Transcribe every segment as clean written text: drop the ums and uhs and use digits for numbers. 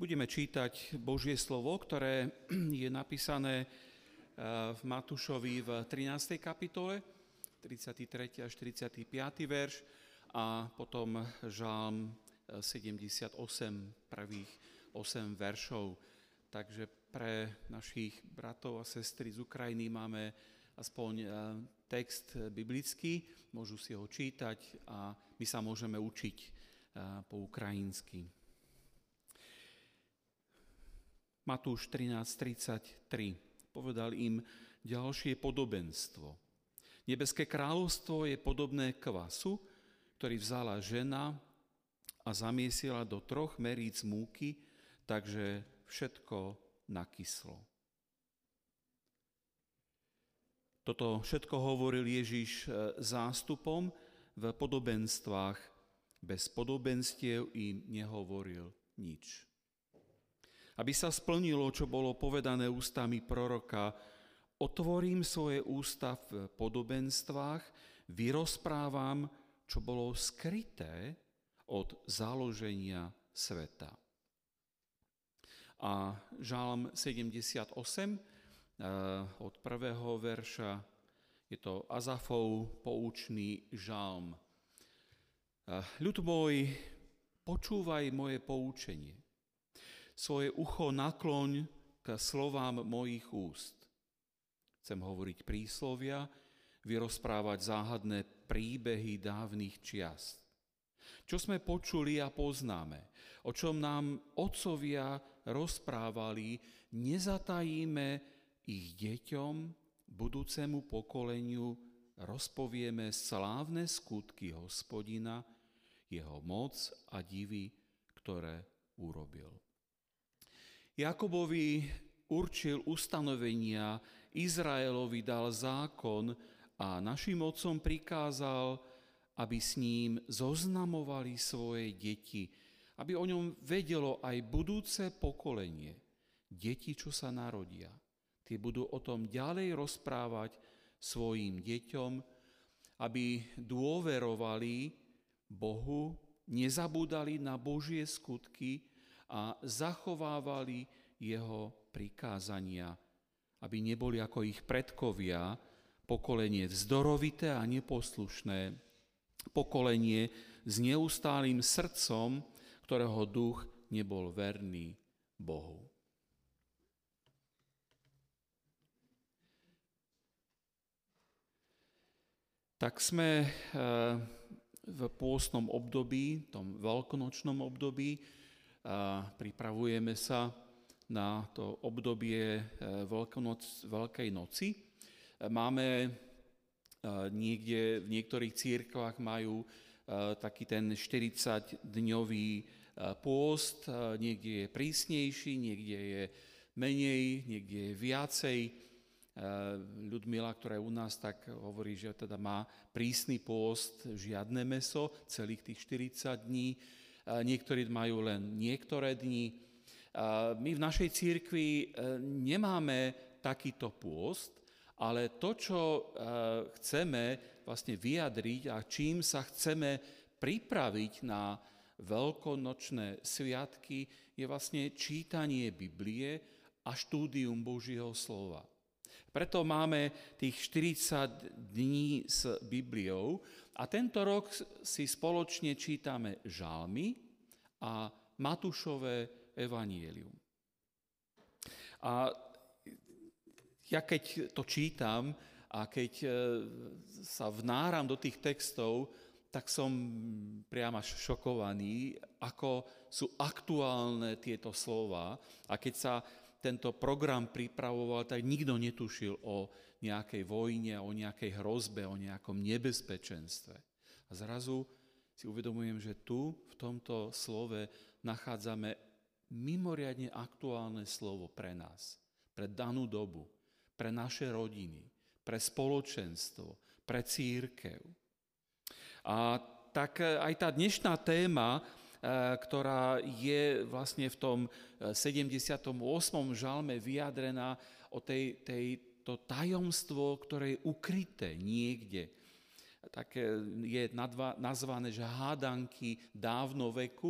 Budeme čítať Božie slovo, ktoré je napísané v Matúšovi v 13. kapitole, 33. až 45. verš a potom Žalm 78, prvých 8 veršov. Takže pre našich bratov a sestry z Ukrajiny máme aspoň text biblický, môžu si ho čítať a my sa môžeme učiť po ukrajinsky. Matúš 13.33 povedal im ďalšie podobenstvo. Nebeské kráľovstvo je podobné kvasu, ktorý vzala žena a zamiesila do 3 meríc múky, takže všetko nakyslo. Toto všetko hovoril Ježiš zástupom v podobenstvách. Bez podobenstiev im nehovoril nič. Aby sa splnilo, čo bolo povedané ústami proroka, otvorím svoje ústa v podobenstvách, vyrozprávam, čo bolo skryté od založenia sveta. A Žalm 78 od 1. verša, je to Azafov poučný žalm. Ľud môj, počúvaj moje poučenie. Svoje ucho nakloň k slovám mojich úst. Chcem hovoriť príslovia, vyrozprávať záhadné príbehy dávnych čiast. Čo sme počuli a poznáme, o čom nám otcovia rozprávali, nezatajíme ich deťom, budúcemu pokoleniu, rozpovieme slávne skutky Hospodina, jeho moc a divy, ktoré urobil. Jakobovi určil ustanovenia, Izraelovi dal zákon a našim otcom prikázal, aby s ním zoznamovali svoje deti, aby o ňom vedelo aj budúce pokolenie, deti, čo sa narodia. Tie budú o tom ďalej rozprávať svojim deťom, aby dôverovali Bohu, nezabúdali na Božie skutky a zachovávali jeho prikázania, aby neboli ako ich predkovia, pokolenie vzdorovité a neposlušné, pokolenie s neustálým srdcom, ktorého duch nebol verný Bohu. Tak sme v pôstnom období, tom veľkonočnom období, pripravujeme sa na to obdobie Veľkej noci. Máme niekde, v niektorých cirkvách majú taký ten 40-dňový pôst, niekde je prísnejší, niekde je menej, niekde je viacej. Ľudmila, ktorá je u nás, tak hovorí, že teda má prísny pôst, žiadne mäso, celých tých 40 dní. Niektorí majú len niektoré dni. My v našej cirkvi nemáme takýto pôst, ale to, čo chceme vlastne vyjadriť a čím sa chceme pripraviť na veľkonočné sviatky, je vlastne čítanie Biblie a štúdium Božieho slova. Preto máme tých 40 dní s Bibliou a tento rok si spoločne čítame Žalmy a Matúšové evanjelium. A ja keď to čítam a keď sa vnáram do tých textov, tak som priam až šokovaný, ako sú aktuálne tieto slova. A keď sa tento program pripravoval, tak nikto netušil o nejakej vojne, o nejakej hrozbe, o nejakom nebezpečenstve. A zrazu si uvedomujem, že tu, v tomto slove, nachádzame mimoriadne aktuálne slovo pre nás, pre danú dobu, pre naše rodiny, pre spoločenstvo, pre cirkev. A tak aj tá dnešná téma, ktorá je vlastne v tom 78. žalme vyjadrená o to tajomstvo, ktoré je ukryté niekde. Tak je nazvané, že hádanky dávnoveku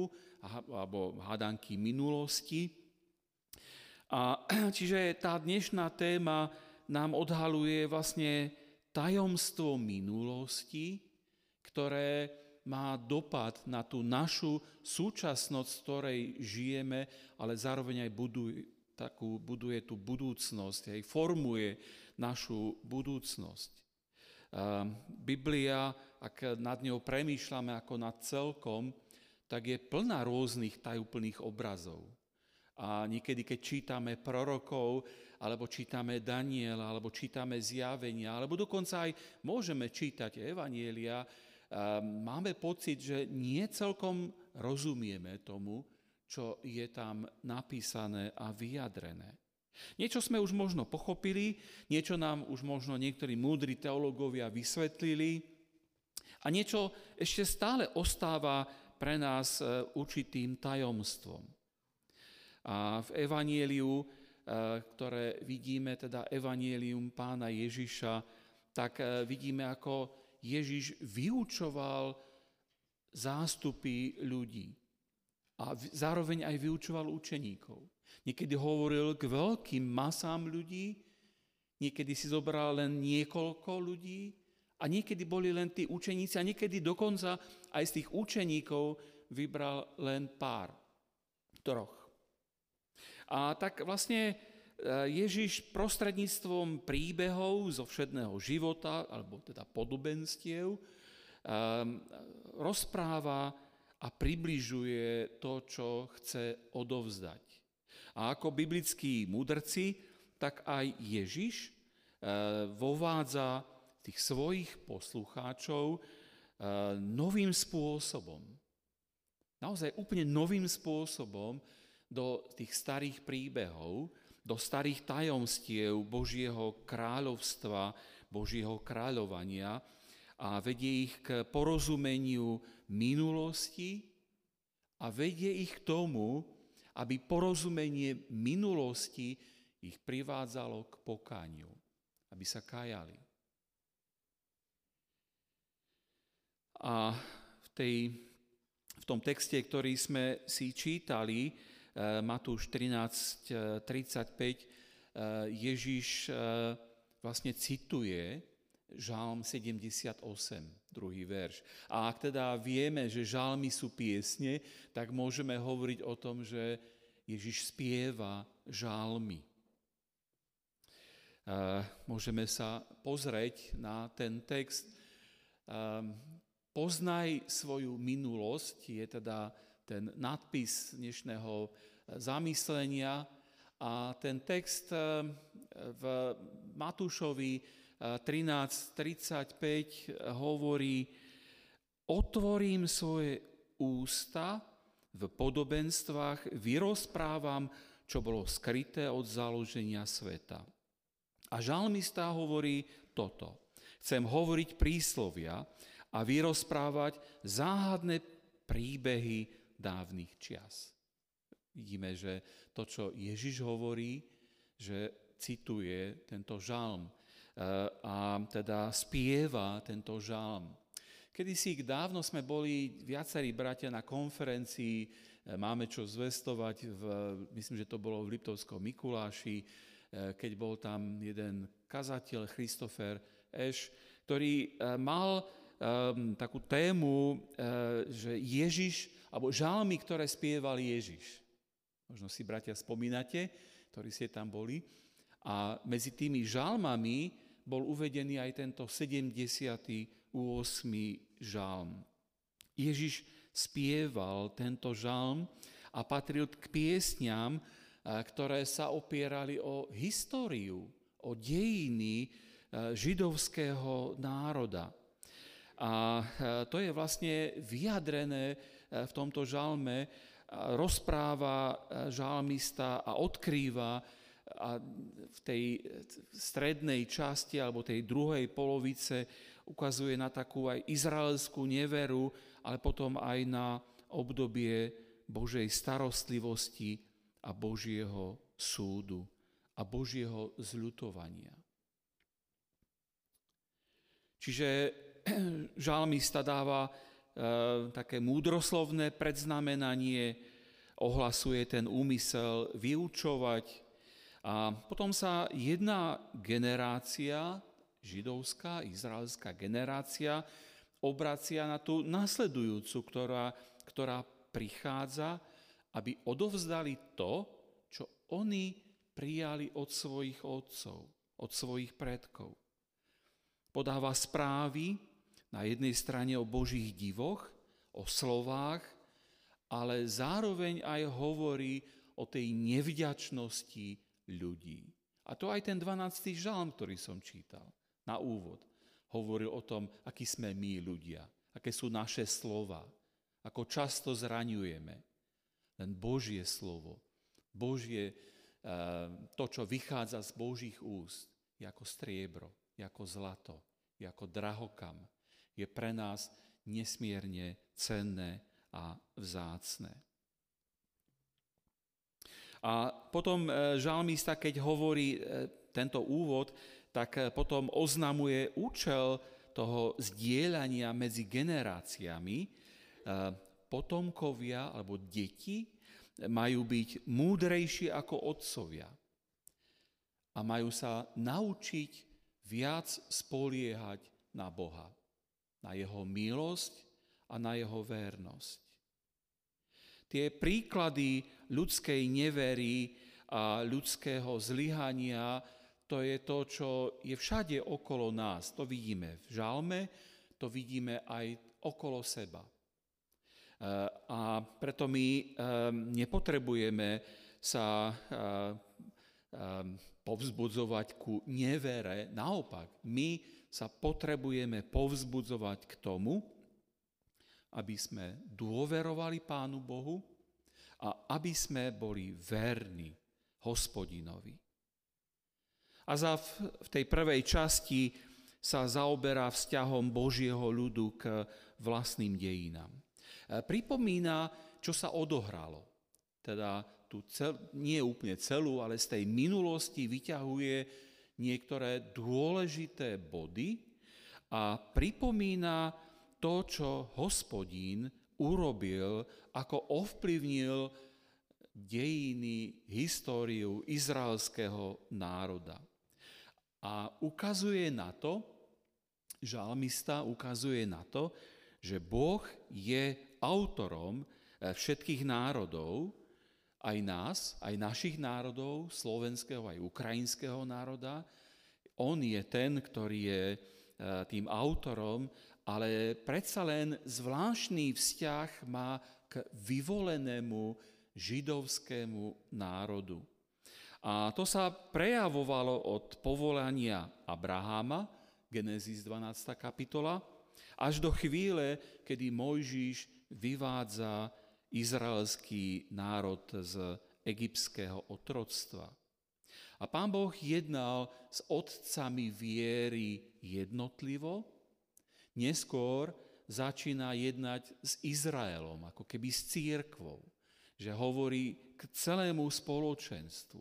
alebo hádanky minulosti. A čiže tá dnešná téma nám odhaluje vlastne tajomstvo minulosti, ktoré má dopad na tú našu súčasnosť, v ktorej žijeme, ale zároveň aj buduje tú budúcnosť, aj formuje našu budúcnosť. Biblia, ak nad ňou premýšľame ako nad celkom, tak je plná rôznych tajúplných obrazov. A niekedy, keď čítame prorokov, alebo čítame Daniela, alebo čítame Zjavenia, alebo dokonca aj môžeme čítať evanjelia, máme pocit, že nie celkom rozumieme tomu, čo je tam napísané a vyjadrené. Niečo sme už možno pochopili, niečo nám už možno niektorí múdri teológovia vysvetlili a niečo ešte stále ostáva pre nás určitým tajomstvom. A v evanjeliu, ktoré vidíme, teda evanjelium Pána Ježiša, tak vidíme, ako Ježiš vyučoval zástupy ľudí a zároveň aj vyučoval učeníkov. Niekedy hovoril k veľkým masám ľudí, niekedy si zobral len niekoľko ľudí a niekedy boli len tí učeníci a niekedy dokonca aj z tých učeníkov vybral len pár, troch. A tak vlastne Ježiš prostredníctvom príbehov zo všedného života, alebo teda podobenstiev, rozpráva a približuje to, čo chce odovzdať. A ako biblickí mudrci, tak aj Ježiš vovádza tých svojich poslucháčov novým spôsobom. Naozaj úplne novým spôsobom do tých starých príbehov, do starých tajomstiev Božieho kráľovstva, Božieho kráľovania a vedie ich k porozumeniu minulosti a vedie ich k tomu, aby porozumenie minulosti ich privádzalo k pokániu, aby sa kajali. A v tom texte, ktorý sme si čítali, Matúš 13:35, Ježiš vlastne cituje Žalm 78, druhý verš. A ak teda vieme, že žalmy sú piesne, tak môžeme hovoriť o tom, že Ježiš spieva žalmy. Môžeme sa pozrieť na ten text. Poznaj svoju minulosť, je teda ten nadpis dnešného zamyslenia a ten text v Matúšovi 13:35 hovorí: otvorím svoje ústa v podobenstvách, vyrozprávam, čo bolo skryté od založenia sveta. A žalmista hovorí toto: chcem hovoriť príslovia a vyrozprávať záhadné príbehy dávnych čias. Vidíme, že to, čo Ježiš hovorí, že cituje tento žalm a teda spieva tento žalm. Kedysi dávno sme boli viacerí bratia na konferencii Máme čo zvestovať, myslím, že to bolo v Liptovskom Mikuláši, keď bol tam jeden kazateľ, Christopher Eš, ktorý mal takú tému, že Ježiš, alebo žalmy, ktoré spieval Ježiš. Možno si, bratia, spomínate, ktorí ste tam boli. A medzi tými žalmami bol uvedený aj tento 78. žalm. Ježiš spieval tento žalm a patril k piesňam, ktoré sa opierali o históriu, o dejiny židovského národa. A to je vlastne vyjadrené v tomto žalme, rozpráva žalmista a odkrýva a v tej strednej časti alebo tej druhej polovice ukazuje na takú aj izraelskú neveru, ale potom aj na obdobie Božej starostlivosti a Božieho súdu a Božieho zľutovania. Čiže žalmista dáva také múdroslovné predznamenanie, ohlasuje ten úmysel vyučovať. A potom sa jedna generácia, židovská, izraelská generácia, obracia na tú nasledujúcu, ktorá prichádza, aby odovzdali to, čo oni prijali od svojich otcov, od svojich predkov. Podáva správy na jednej strane o Božích divoch, o slovách, ale zároveň aj hovorí o tej nevďačnosti ľudí. A to aj ten 12. žalm, ktorý som čítal na úvod, hovoril o tom, akí sme my ľudia, aké sú naše slova, ako často zraňujeme. Len Božie slovo, to, čo vychádza z Božích úst, je ako striebro, je ako zlato, je ako drahokam. Je pre nás nesmierne cenné a vzácne. A potom žalmista, keď hovorí tento úvod, tak potom oznamuje účel toho zdieľania medzi generáciami. Potomkovia alebo deti majú byť múdrejší ako otcovia a majú sa naučiť viac spoliehať na Boha, na jeho milosť a na jeho vernosť. Tie príklady ľudskej nevery a ľudského zlyhania, to je to, čo je všade okolo nás. To vidíme v žalme, to vidíme aj okolo seba. A preto my nepotrebujeme sa povzbudzovať ku nevere. Naopak, my sa potrebujeme povzbudzovať k tomu, aby sme dôverovali Pánu Bohu a aby sme boli verní Hospodinovi. A v tej prvej časti sa zaoberá vzťahom Božieho ľudu k vlastným dejinám. Pripomína, čo sa odohralo. Teda nie úplne celú, ale z tej minulosti vyťahuje niektoré dôležité body a pripomína to, čo Hospodín urobil, ako ovplyvnil dejiny, históriu izraelského národa. A ukazuje na to, žalmista ukazuje na to, že Boh je autorom všetkých národov, aj nás, aj našich národov, slovenského, aj ukrajinského národa. On je ten, ktorý je tým autorom, ale predsa len zvláštny vzťah má k vyvolenému židovskému národu. A to sa prejavovalo od povolania Abraháma, Genesis 12. kapitola, až do chvíle, kedy Mojžiš vyvádza izraelský národ z egyptského otroctva. A Pán Boh jednal s otcami viery jednotlivo, neskôr začína jednať s Izraelom, ako keby s cirkvou, že hovorí k celému spoločenstvu.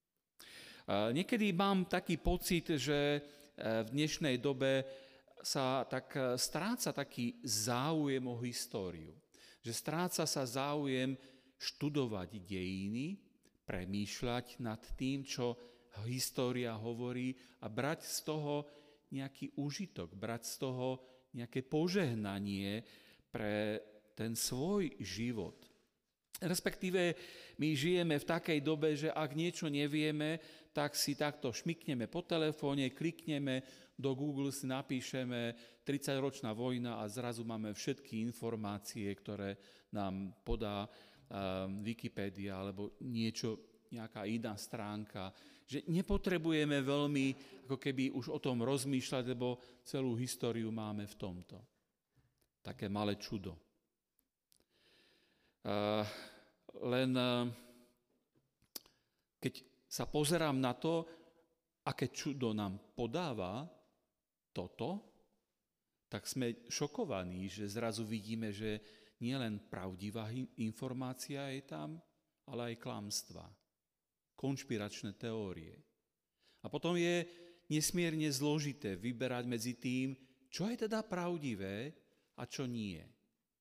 Niekedy mám taký pocit, že v dnešnej dobe sa tak stráca taký záujem o históriu. Že stráca sa záujem študovať dejiny, premýšľať nad tým, čo história hovorí a brať z toho nejaký úžitok, brať z toho nejaké požehnanie pre ten svoj život. Respektíve my žijeme v takej dobe, že ak niečo nevieme, tak si takto šmykneme po telefóne, klikneme, do Google si napíšeme 30-ročná vojna a zrazu máme všetky informácie, ktoré nám podá Wikipédia alebo nejaká iná stránka. Že nepotrebujeme veľmi ako keby už o tom rozmýšľať, lebo celú históriu máme v tomto. Také malé čudo. Len keď sa pozerám na to, aké čudo nám podáva toto, tak sme šokovaní, že zrazu vidíme, že nielen pravdivá informácia je tam, ale aj klamstvá, konšpiračné teórie. A potom je nesmierne zložité vyberať medzi tým, čo je teda pravdivé a čo nie.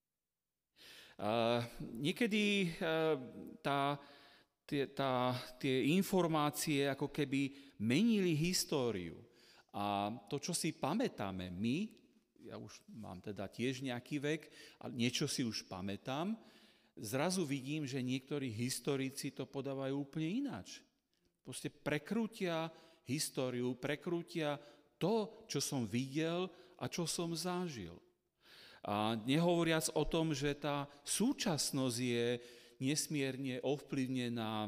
Niekedy tie informácie ako keby menili históriu. A to, čo si pamätáme my, ja už mám teda tiež nejaký vek, ale niečo si už pamätám, zrazu vidím, že niektorí historici to podávajú úplne ináč. Proste prekrútia históriu, prekrútia to, čo som videl a čo som zažil. A nehovoriac o tom, že tá súčasnosť je nesmierne ovplyvnená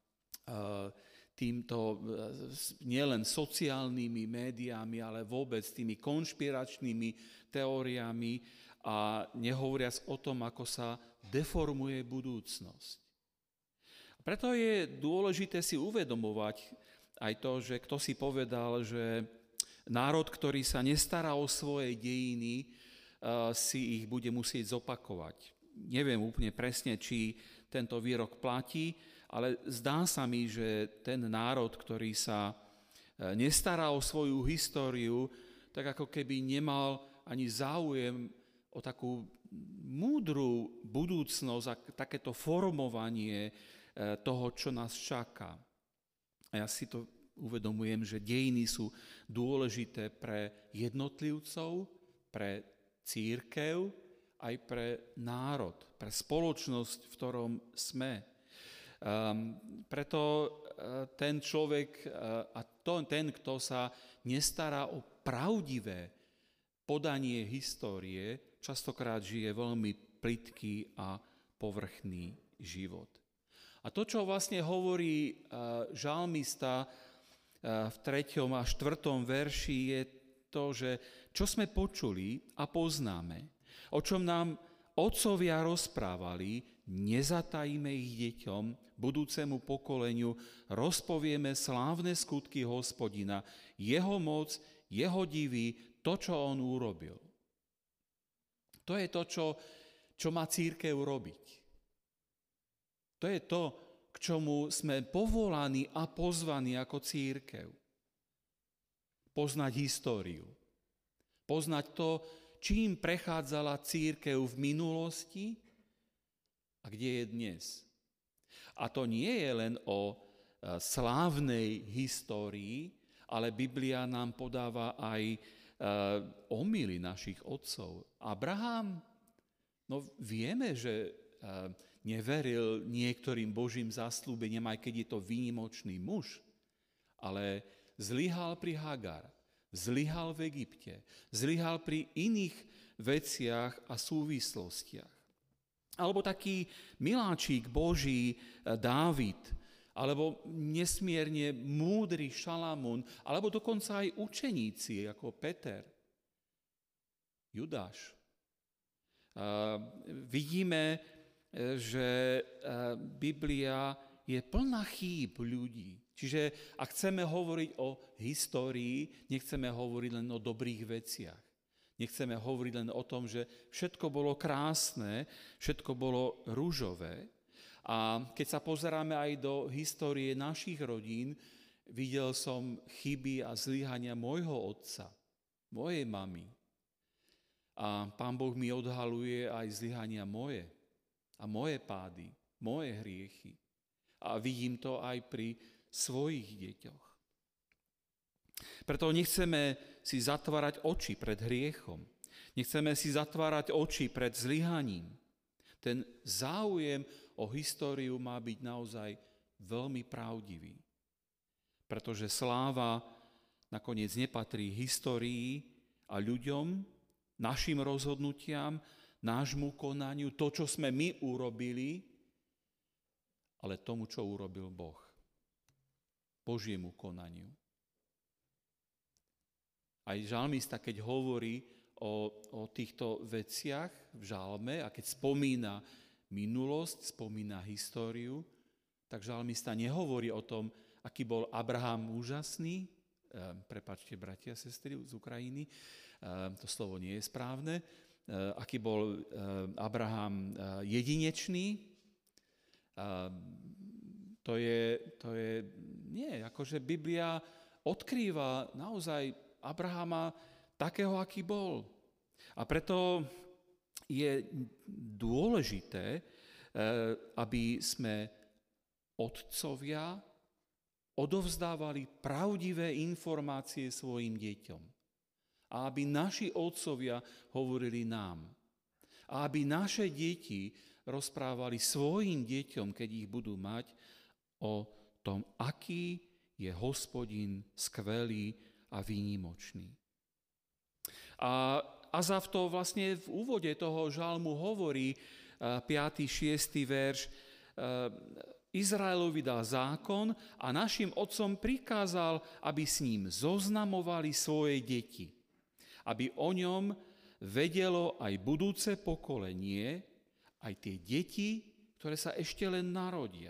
týmto nielen sociálnymi médiami, ale vôbec tými konšpiračnými teóriami a nehovoriac o tom, ako sa deformuje budúcnosť. Preto je dôležité si uvedomovať aj to, že kto si povedal, že národ, ktorý sa nestará o svoje dejiny, si ich bude musieť zopakovať. Neviem úplne presne, či tento výrok platí, ale zdá sa mi, že ten národ, ktorý sa nestará o svoju históriu, tak ako keby nemal ani záujem o takú múdru budúcnosť a takéto formovanie toho, čo nás čaká. A ja si to uvedomujem, že dejiny sú dôležité pre jednotlivcov, pre cirkev, aj pre národ, pre spoločnosť, v ktorom sme. Preto ten človek a ten, kto sa nestará o pravdivé podanie histórie, častokrát žije veľmi plytký a povrchný život. A to, čo vlastne hovorí žalmista v 3. a 4. verši, je to, že čo sme počuli a poznáme, o čom nám otcovia rozprávali, nezatajíme ich deťom, budúcemu pokoleniu, rozpovieme slávne skutky Hospodina, jeho moc, jeho divy, to, čo on urobil. To je to, čo má cirkev robiť. To je to, k čomu sme povolaní a pozvaní ako cirkev. Poznať históriu. Poznať to, čím prechádzala cirkev v minulosti a kde je dnes. A to nie je len o slávnej histórii, ale Biblia nám podáva aj omyly našich otcov. Abraham, no vieme, že neveril niektorým Božím zasľúbeniam, aj keď je to výnimočný muž, ale zlyhal pri Hagar, zlyhal v Egypte, zlyhal pri iných veciach a súvislostiach. Alebo taký miláčik Boží Dávid, alebo nesmierne múdry Šalamún, alebo dokonca aj učeníci ako Peter, Judáš. Vidíme, že Biblia je plná chýb ľudí. Čiže ak chceme hovoriť o histórii, nechceme hovoriť len o dobrých veciach. Nechceme hovoriť len o tom, že všetko bolo krásne, všetko bolo ružové. A keď sa pozeráme aj do histórie našich rodín, videl som chyby a zlyhania môjho otca, mojej mamy. A Pán Boh mi odhaluje aj zlyhania moje a moje pády, moje hriechy. A vidím to aj pri svojich deťoch. Preto nechceme si zatvárať oči pred hriechom. Nechceme si zatvárať oči pred zlyhaním. Ten záujem o históriu má byť naozaj veľmi pravdivý. Pretože sláva nakoniec nepatrí histórii a ľuďom, našim rozhodnutiam, nášmu konaniu, to, čo sme my urobili, ale tomu, čo urobil Boh. Božiemu konaniu. Aj žalmista, keď hovorí o týchto veciach v žalme a keď spomína minulosť, spomína históriu, tak žalmista nehovorí o tom, aký bol Abraham úžasný, prepáčte, bratia a sestry z Ukrajiny, to slovo nie je správne, aký bol Abraham jedinečný, to je nie, akože Biblia odkrýva naozaj Abrahama takého, aký bol. A preto je dôležité, aby sme otcovia odovzdávali pravdivé informácie svojim deťom. A aby naši otcovia hovorili nám. A aby naše deti rozprávali svojim deťom, keď ich budú mať, o tom, aký je Hospodin skvelý a výnimočný. A Azaf to vlastne v úvode toho žalmu hovorí, 5. 6. verš, Izraelovi dal zákon a našim otcom prikázal, aby s ním zoznamovali svoje deti, aby o ňom vedelo aj budúce pokolenie, aj tie deti, ktoré sa ešte len narodia.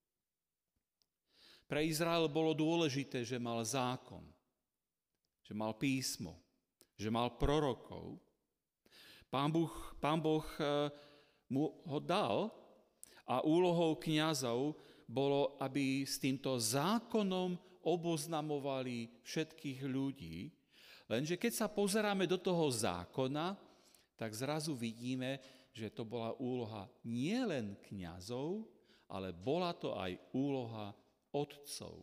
Pre Izrael bolo dôležité, že mal zákon, že mal písmo, že mal prorokov. Pán Boh mu ho dal a úlohou kňazov bolo, aby s týmto zákonom oboznamovali všetkých ľudí. Lenže keď sa pozeráme do toho zákona, tak zrazu vidíme, že to bola úloha nielen kňazov, ale bola to aj úloha otcov.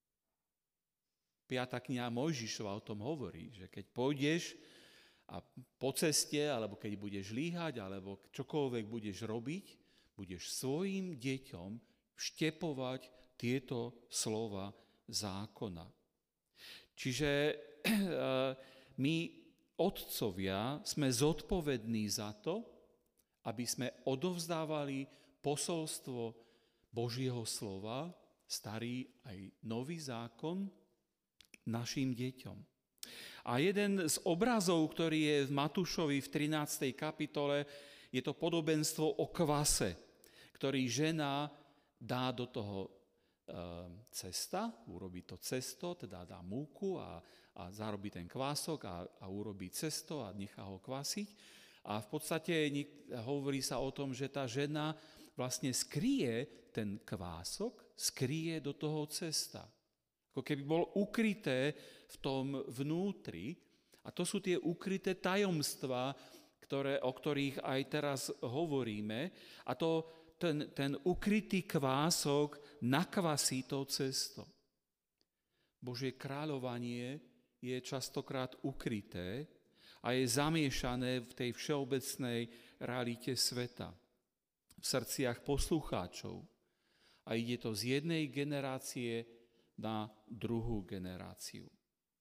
5. kniha Mojžišova o tom hovorí, že keď pôjdeš a po ceste, alebo keď budeš líhať, alebo čokoľvek budeš robiť, budeš svojim deťom vštepovať tieto slova zákona. Čiže my, otcovia, sme zodpovední za to, aby sme odovzdávali posolstvo Božieho slova, starý aj nový zákon, našim deťom. A jeden z obrazov, ktorý je v Matúšovi v 13. kapitole, je to podobenstvo o kvase, ktorý žena dá do toho cesta, urobí to cesto, teda dá múku a zarobí ten kvások a urobí cesto a nechá ho kvasiť. A v podstate hovorí sa o tom, že tá žena vlastne skrie ten kvások, skrie do toho cesta. Ako keby bol ukryté v tom vnútri. A to sú tie ukryté tajomstvá, o ktorých aj teraz hovoríme. A ten ukrytý kvások nakvasí to cesto. Božie kráľovanie je častokrát ukryté a je zamiešané v tej všeobecnej realite sveta, v srdciach poslucháčov. A ide to z jednej generácie na druhú generáciu.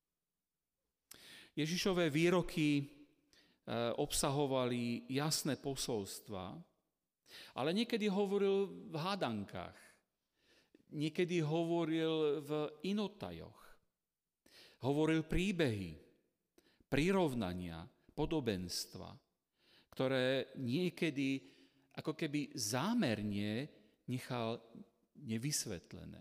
Ježišové výroky obsahovali jasné posolstvá, ale niekedy hovoril v hádankách, niekedy hovoril v inotajoch, hovoril príbehy, prirovnania, podobenstva, ktoré niekedy ako keby zámerne nechal nevysvetlené.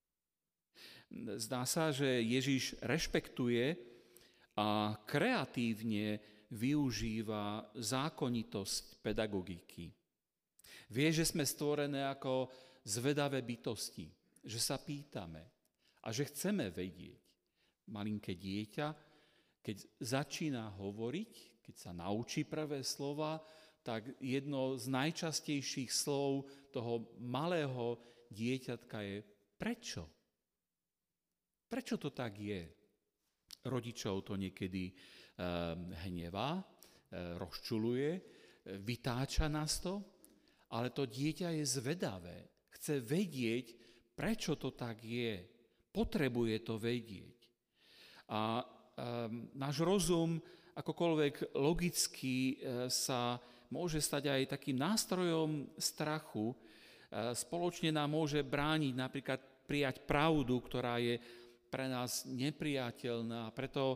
Zdá sa, že Ježiš rešpektuje a kreatívne využíva zákonitosť pedagogiky. Vie, že sme stvorené ako zvedavé bytosti, že sa pýtame a že chceme vedieť. Malinké dieťa, keď začína hovoriť, keď sa naučí prvé slova, tak jedno z najčastejších slov toho malého dieťatka je prečo? Prečo to tak je? Rodičov to niekedy hnevá, rozčuluje, vytáča nás to, ale to dieťa je zvedavé. Chce vedieť, prečo to tak je. Potrebuje to vedieť. A náš rozum akokoľvek logicky sa môže stať aj takým nástrojom strachu. Spoločne nám môže brániť napríklad prijať pravdu, ktorá je pre nás nepriateľná. Preto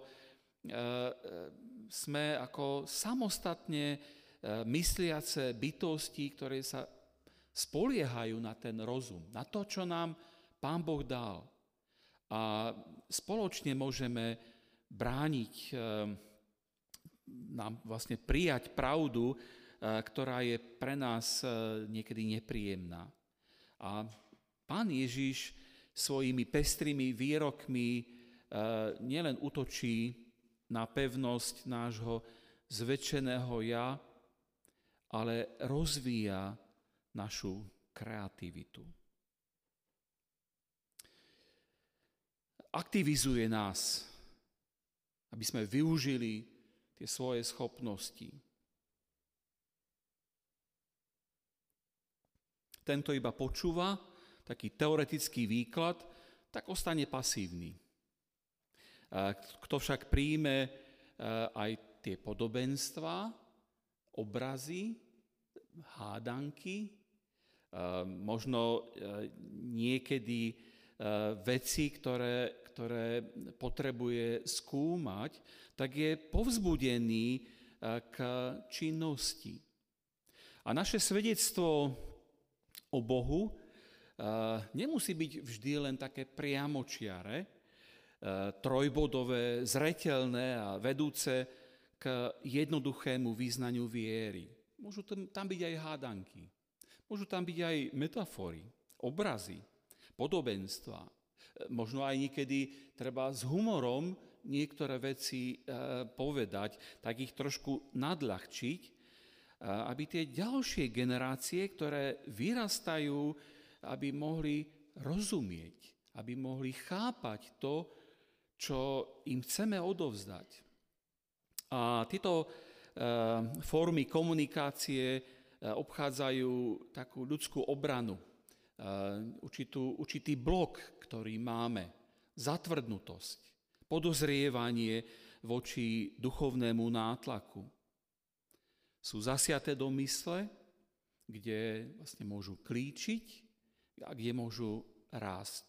sme ako samostatne mysliace bytosti, ktoré sa spoliehajú na ten rozum, na to, čo nám Pán Boh dal. A spoločne môžeme brániť, nám vlastne prijať pravdu, ktorá je pre nás niekedy nepríjemná. A Pán Ježiš svojimi pestrými výrokmi nielen útočí na pevnosť nášho zväčšeného ja, ale rozvíja našu kreativitu. Aktivizuje nás, aby sme využili tie svoje schopnosti. Tento iba počúva, taký teoretický výklad, tak ostane pasívny. Kto však príjme aj tie podobenstvá, obrazy, hádanky, možno niekedy veci, ktoré potrebuje skúmať, tak je povzbudený k činnosti. A naše svedectvo o Bohu nemusí byť vždy len také priamočiare, trojbodové, zreteľné a vedúce k jednoduchému význaniu viery. Môžu tam byť aj hádanky, môžu tam byť aj metafory, obrazy, podobenstva. Možno aj niekedy treba s humorom niektoré veci povedať, tak ich trošku nadľahčiť, aby tie ďalšie generácie, ktoré vyrastajú, aby mohli rozumieť, aby mohli chápať to, čo im chceme odovzdať. A tieto formy komunikácie obchádzajú takú ľudskú obranu, určitý blok, ktorý máme, zatvrdnutosť, podozrievanie voči duchovnému nátlaku. Sú zasiaté do mysle, kde vlastne môžu klíčiť a kde môžu rásť.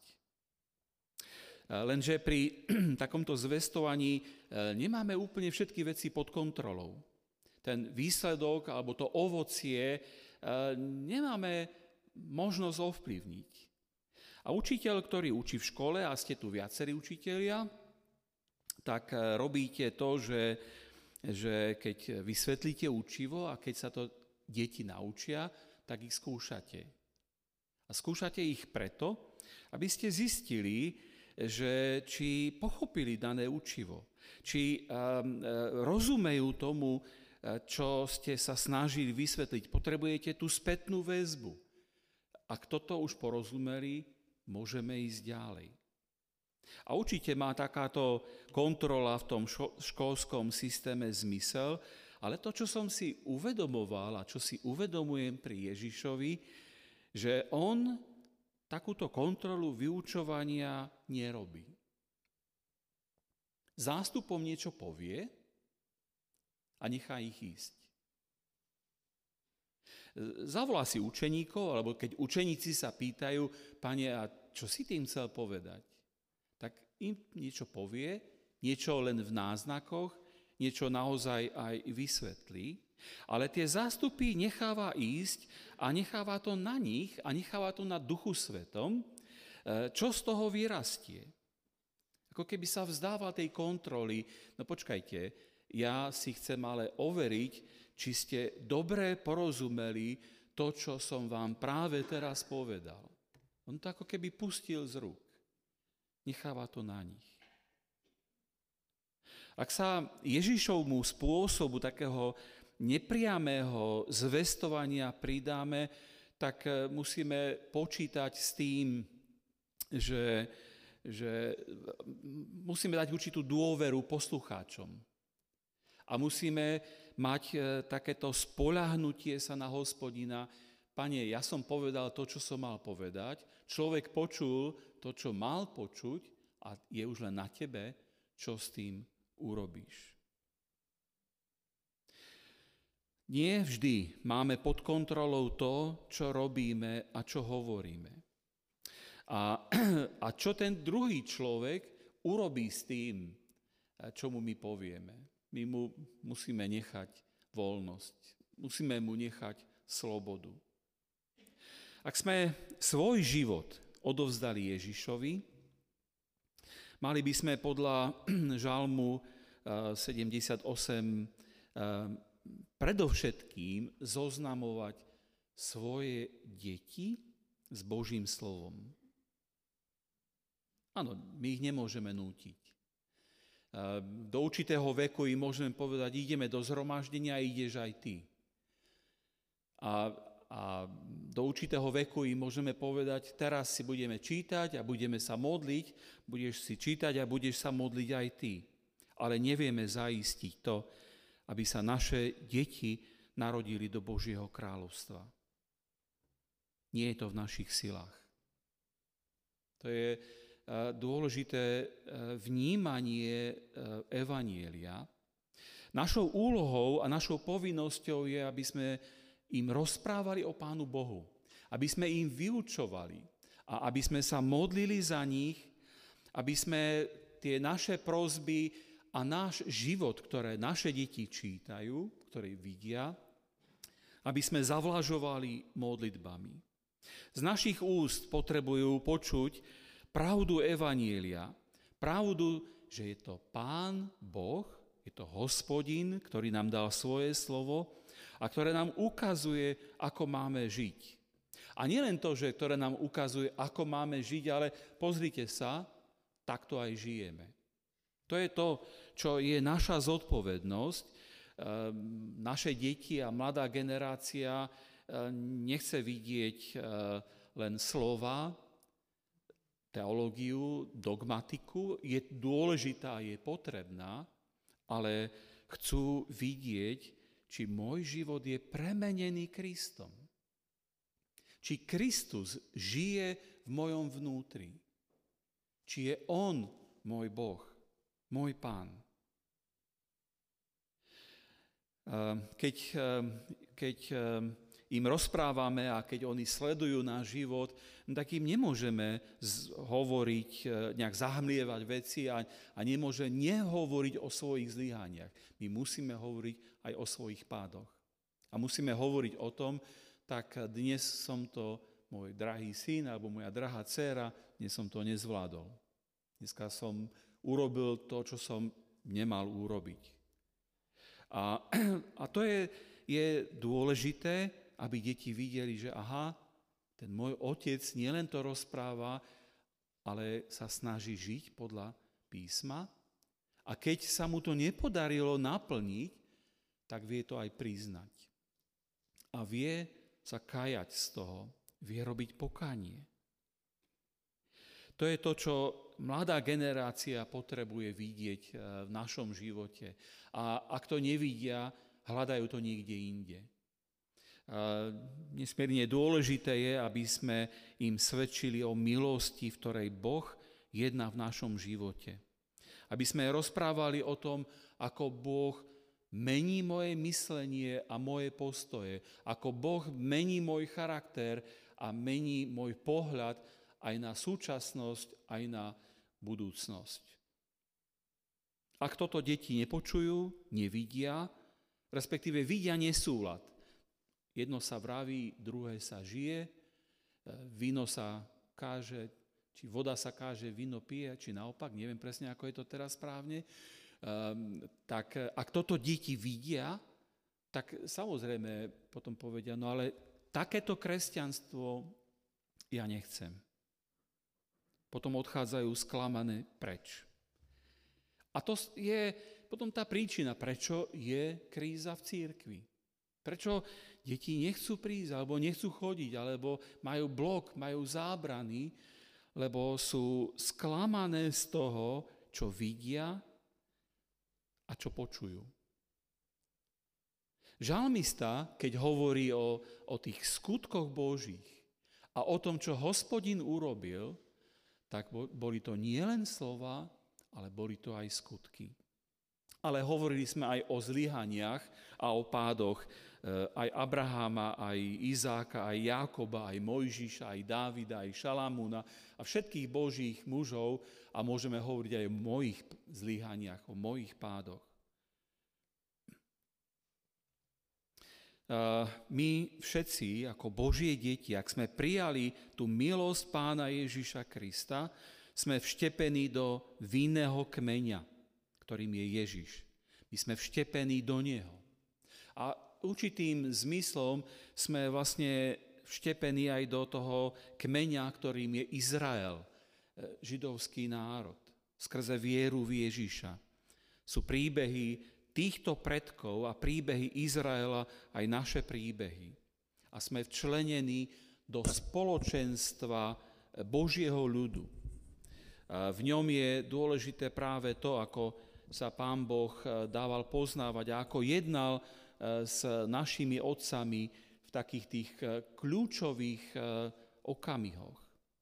Lenže pri takomto zvestovaní nemáme úplne všetky veci pod kontrolou. Ten výsledok alebo to ovocie nemáme možnosť ovplyvniť. A učiteľ, ktorý učí v škole, a ste tu viacerí učitelia, tak robíte to, že keď vysvetlíte učivo a keď sa to deti naučia, tak ich skúšate. A skúšate ich preto, aby ste zistili, že či pochopili dané učivo, či rozumejú tomu, čo ste sa snažili vysvetliť. Potrebujete tú spätnú väzbu. Ak toto už porozumeli, môžeme ísť ďalej. A určite má takáto kontrola v tom školskom systéme zmysel, ale to, čo som si uvedomoval a čo si uvedomujem pri Ježišovi, že on takúto kontrolu vyučovania nerobí. Zástupom niečo povie a nechá ich ísť. Zavolá si učeníkov, alebo keď učeníci sa pýtajú, Pane, a čo si tým chcel povedať? Tak im niečo povie, niečo len v náznakoch, niečo naozaj aj vysvetlí, ale tie zástupy necháva ísť a necháva to na nich a necháva to na Duchu Svetom, čo z toho vyrastie. Ako keby sa vzdával tej kontroly, no počkajte, ja si chcem ale overiť, či ste dobre porozumeli to, čo som vám práve teraz povedal. On to ako keby pustil z rúk. Necháva to na nich. Ak sa Ježišovmu spôsobu takého nepriamého zvestovania pridáme, tak musíme počítať s tým, že musíme dať určitú dôveru poslucháčom. A musíme mať takéto spoľahnutie sa na Hospodina. Pane, ja som povedal to, čo som mal povedať. Človek počul to, čo mal počuť a je už len na tebe, čo s tým urobíš. Nie vždy máme pod kontrolou to, čo robíme a čo hovoríme. A čo ten druhý človek urobí s tým, čo mu my povieme. My mu musíme nechať voľnosť. Musíme mu nechať slobodu. Ak sme svoj život odovzdali Ježišovi, mali by sme podľa Žalmu 78 predovšetkým zoznamovať svoje deti s Božím slovom. Áno, my ich nemôžeme nútiť. Do určitého veku im môžeme povedať, ideme do zhromaždenia a ideš aj ty. a do určitého veku im môžeme povedať, teraz si budeme čítať a budeme sa modliť, budeš si čítať a budeš sa modliť aj ty. Ale nevieme zaistiť to, aby sa naše deti narodili do Božieho kráľovstva. Nie je to v našich silách. To je dôležité vnímanie evanjelia. Našou úlohou a našou povinnosťou je, aby sme im rozprávali o Pánu Bohu, aby sme im vyučovali a aby sme sa modlili za nich, aby sme tie naše prosby a náš život, ktoré naše deti čítajú, ktoré vidia, aby sme zavlažovali modlitbami. Z našich úst potrebujú počuť pravdu evanjelia, pravdu, že je to Pán Boh, je to Hospodin, ktorý nám dal svoje slovo a ktoré nám ukazuje, ako máme žiť. A nielen to, že ktoré nám ukazuje, ako máme žiť, ale pozrite sa, takto aj žijeme. To je to, čo je naša zodpovednosť. Naše deti a mladá generácia nechce vidieť len slova, teológiu, dogmatiku. Je dôležitá, je potrebná, ale chcú vidieť, či môj život je premenený Kristom. Či Kristus žije v mojom vnútri. Či je On môj Boh, môj Pán. Keď im rozprávame a keď oni sledujú náš život, tak im nemôžeme hovoriť, nejak zahmlievať veci a nemôže nehovoriť o svojich zlyhaniach. My musíme hovoriť aj o svojich pádoch. A musíme hovoriť o tom, tak dnes som to, môj drahý syn alebo moja drahá dcéra, dnes som to nezvládol. Dneska som urobil to, čo som nemal urobiť. A to je dôležité, aby deti videli, že aha, ten môj otec nielen to rozpráva, ale sa snaží žiť podľa písma. A keď sa mu to nepodarilo naplniť, tak vie to aj priznať. A vie sa kajať z toho, vie robiť pokánie. To je to, čo mladá generácia potrebuje vidieť v našom živote. A ak to nevidia, hľadajú to niekde inde. Nesmierne dôležité je, aby sme im svedčili o milosti, v ktorej Boh jedná v našom živote. Aby sme rozprávali o tom, ako Boh mení moje myslenie a moje postoje, ako Boh mení môj charakter a mení môj pohľad aj na súčasnosť, aj na budúcnosť. Ak toto deti nepočujú, nevidia, respektíve vidia nesúlad. Jedno sa vraví, druhé sa žije, víno sa káže, či voda sa káže, víno pije, či naopak, neviem presne, ako je to teraz správne. Tak ak toto deti vidia, tak samozrejme potom povedia, no ale takéto kresťanstvo ja nechcem. Potom odchádzajú sklamané preč. A to je potom tá príčina, prečo je kríza v cirkvi. Prečo deti nechcú prísť, alebo nechcú chodiť, alebo majú blok, majú zábrany, lebo sú sklamané z toho, čo vidia a čo počujú. Žalmista, keď hovorí o tých skutkoch Božích a o tom, čo Hospodin urobil, tak boli to nielen slova, ale boli to aj skutky. Ale hovorili sme aj o zlyhaniach a o pádoch aj Abraháma, aj Izáka, aj Jákoba, aj Mojžiša, aj Dávida, aj Šalamúna a všetkých Božích mužov a môžeme hovoriť aj o mojich zlyhaniach, o mojich pádoch. My všetci, ako Božie deti, ak sme prijali tú milosť Pána Ježiša Krista, sme vštepení do vinného kmeňa, ktorým je Ježiš. My sme vštepení do Neho. A určitým zmyslom sme vlastne vštepení aj do toho kmeňa, ktorým je Izrael, židovský národ, skrze vieru v Ježiša. Sú príbehy týchto predkov a príbehy Izraela aj naše príbehy. A sme včlenení do spoločenstva Božieho ľudu. V ňom je dôležité práve to, ako sa Pán Boh dával poznávať a ako jednal s našimi otcami v takých tých kľúčových okamihoch.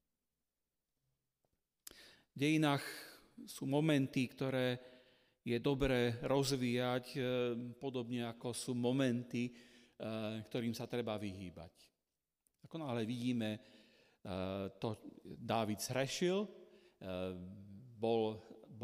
V dejinách sú momenty, ktoré je dobré rozvíjať, podobne ako sú momenty, ktorým sa treba vyhýbať. Ako náhle vidíme, to Dávid zhrešil, bol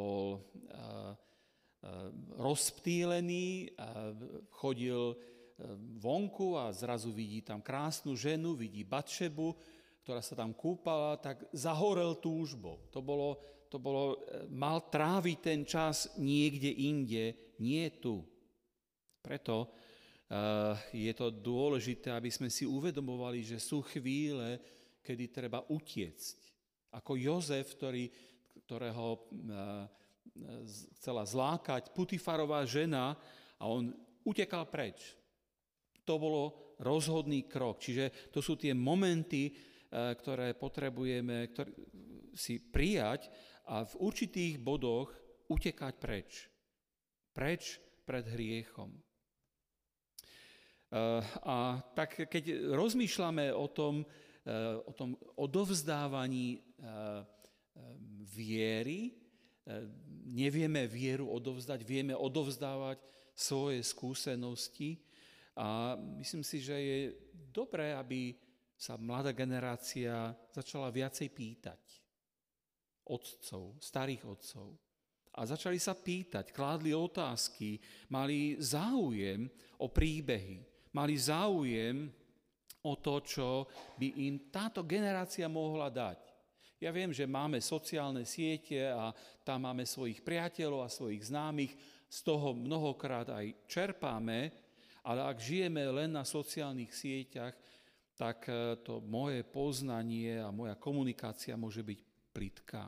rozptýlený, chodil vonku a zrazu vidí tam krásnu ženu, vidí Batšebu, ktorá sa tam kúpala, tak zahorel túžbou. Mal tráviť ten čas niekde inde, nie tu. Preto je to dôležité, aby sme si uvedomovali, že sú chvíle, kedy treba utiecť. Ako Jozef, ktorého chcela zlákať Putifarová žena a on utekal preč. To bolo rozhodný krok. Čiže to sú tie momenty, ktoré potrebujeme si prijať a v určitých bodoch utekať preč. Preč pred hriechom. A tak keď rozmýšľame o tom odovzdávaní viery, nevieme vieru odovzdať, vieme odovzdávať svoje skúsenosti a myslím si, že je dobré, aby sa mladá generácia začala viacej pýtať otcov, starých otcov. A začali sa pýtať, kládli otázky, mali záujem o príbehy, mali záujem o to, čo by im táto generácia mohla dať. Ja viem, že máme sociálne siete a tam máme svojich priateľov a svojich známych, z toho mnohokrát aj čerpáme, ale ak žijeme len na sociálnych sieťach, tak to moje poznanie a moja komunikácia môže byť plitká.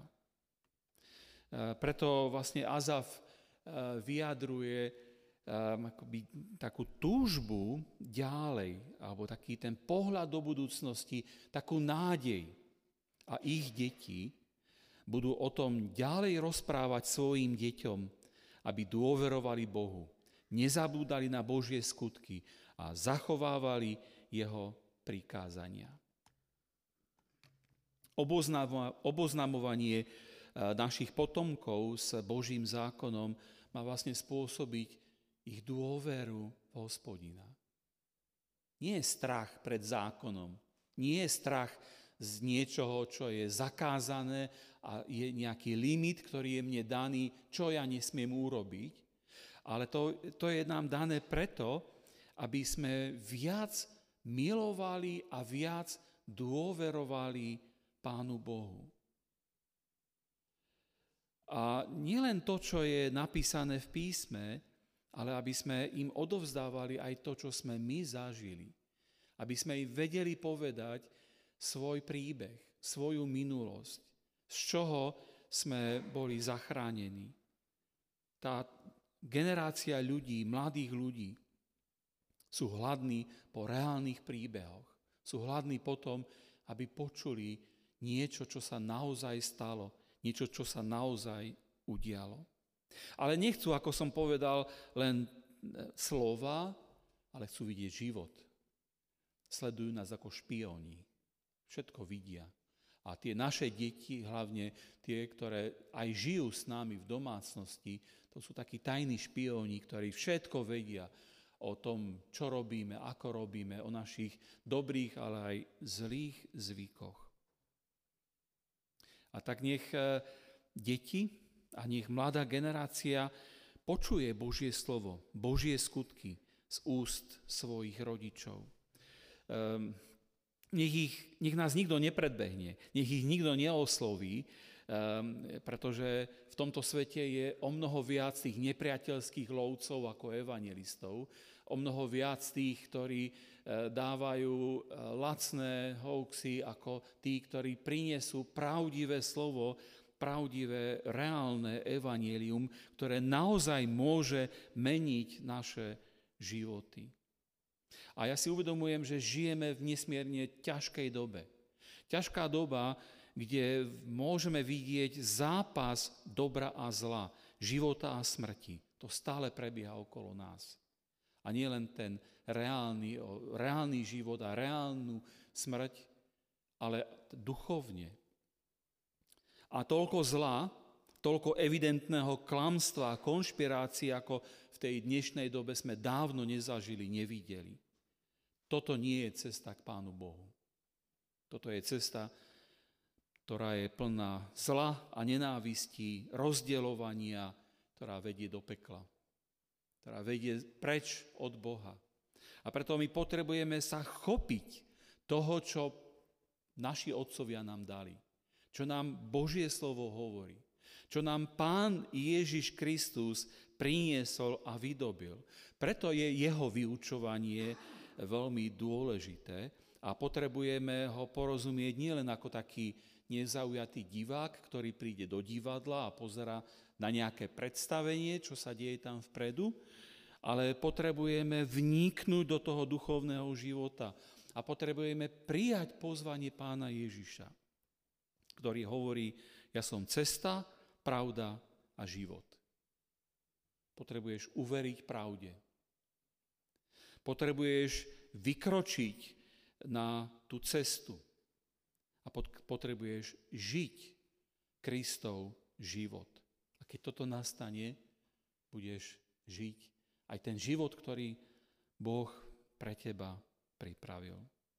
Preto vlastne Azaf vyjadruje akoby takú túžbu ďalej, alebo taký ten pohľad do budúcnosti, takú nádej. A ich deti budú o tom ďalej rozprávať svojim deťom, aby dôverovali Bohu, nezabúdali na Božie skutky a zachovávali jeho prikázania. Oboznamovanie našich potomkov s Božím zákonom má vlastne spôsobiť ich dôveru v Hospodina. Nie je strach pred zákonom, nie je strach z niečoho, čo je zakázané a je nejaký limit, ktorý je mne daný, čo ja nesmiem urobiť, ale to je nám dané preto, aby sme viac milovali a viac dôverovali Pánu Bohu. A nielen to, čo je napísané v písme, ale aby sme im odovzdávali aj to, čo sme my zažili. Aby sme im vedeli povedať svoj príbeh, svoju minulosť, z čoho sme boli zachránení. Tá generácia ľudí, mladých ľudí, sú hladní po reálnych príbehoch. Sú hladní po tom, aby počuli niečo, čo sa naozaj stalo, niečo, čo sa naozaj udialo. Ale nechcú, ako som povedal, len slova, ale chcú vidieť život. Sledujú nás ako špióni. Všetko vidia. A tie naše deti, hlavne tie, ktoré aj žijú s nami v domácnosti, to sú takí tajní špióni, ktorí všetko vedia o tom, čo robíme, ako robíme, o našich dobrých, ale aj zlých zvykoch. A tak nech deti a nech mladá generácia počuje Božie slovo, Božie skutky z úst svojich rodičov. Nech nás nikto nepredbehne, nech ich nikto neosloví, pretože v tomto svete je o mnoho viac tých nepriateľských lovcov ako evanjelistov, o mnoho viac tých, ktorí dávajú lacné hoaxy ako tí, ktorí prinesú pravdivé slovo, pravdivé, reálne evanjelium, ktoré naozaj môže meniť naše životy. A ja si uvedomujem, že žijeme v nesmierne ťažkej dobe. Ťažká doba, kde môžeme vidieť zápas dobra a zla, života a smrti. To stále prebieha okolo nás. A nie len ten reálny život a reálnu smrť, ale duchovne. A toľko zla, toľko evidentného klamstva a konšpirácií, ako v tej dnešnej dobe sme dávno nezažili, nevideli. Toto nie je cesta k Pánu Bohu. Toto je cesta, ktorá je plná zla a nenávistí, rozdeľovania, ktorá vedie do pekla, ktorá vedie preč od Boha. A preto my potrebujeme sa chopiť toho, čo naši otcovia nám dali, čo nám Božie slovo hovorí, čo nám Pán Ježiš Kristus priniesol a vydobil. Preto je jeho vyučovanie veľmi dôležité a potrebujeme ho porozumieť nielen ako taký nezaujatý divák, ktorý príde do divadla a pozerá na nejaké predstavenie, čo sa deje tam vpredu, ale potrebujeme vniknúť do toho duchovného života a potrebujeme prijať pozvanie Pána Ježiša, ktorý hovorí, ja som cesta, pravda a život. Potrebuješ uveriť pravde. Potrebuješ vykročiť na tú cestu a potrebuješ žiť Kristov život. A keď toto nastane, budeš žiť aj ten život, ktorý Boh pre teba pripravil.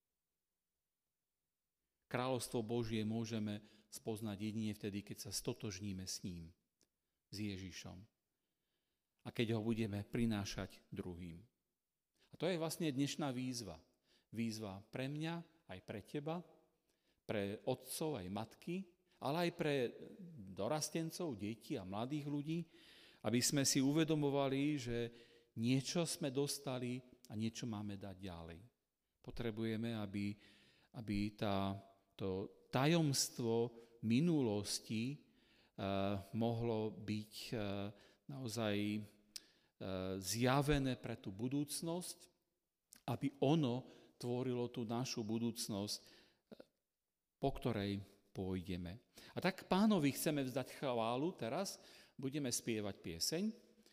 Kráľovstvo Božie môžeme spoznať jedine vtedy, keď sa stotožníme s ním, s Ježišom. A keď ho budeme prinášať druhým. A to je vlastne dnešná výzva. Výzva pre mňa, aj pre teba, pre otcov, aj matky, ale aj pre dorastencov, detí a mladých ľudí, aby sme si uvedomovali, že niečo sme dostali a niečo máme dať ďalej. Potrebujeme, aby to tajomstvo minulosti mohlo byť naozaj zjavené pre tú budúcnosť, aby ono tvorilo tú našu budúcnosť, po ktorej pôjdeme. A tak Pánovi chceme vzdať chválu teraz, budeme spievať pieseň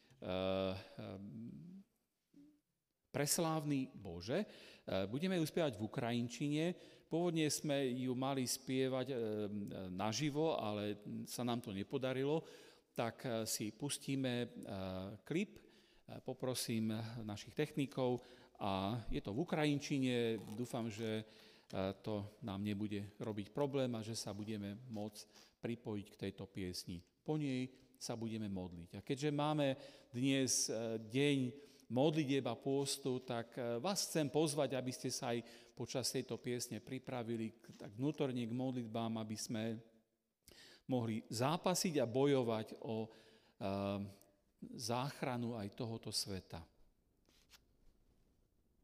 Preslávny Bože. Budeme ju spievať v ukrajinčine. Pôvodne sme ju mali spievať naživo, ale sa nám to nepodarilo. Tak si pustíme klip, poprosím našich technikov a je to v ukrajinčine. Dúfam, že to nám nebude robiť problém a že sa budeme môcť pripojiť k tejto piesni. Po nej sa budeme modliť. A keďže máme dnes deň modlitieb a pôstu, tak vás chcem pozvať, aby ste sa aj počas tejto piesne pripravili tak vnútorne k modlitbám, aby sme mohli zápasiť a bojovať o záchranu aj tohoto sveta.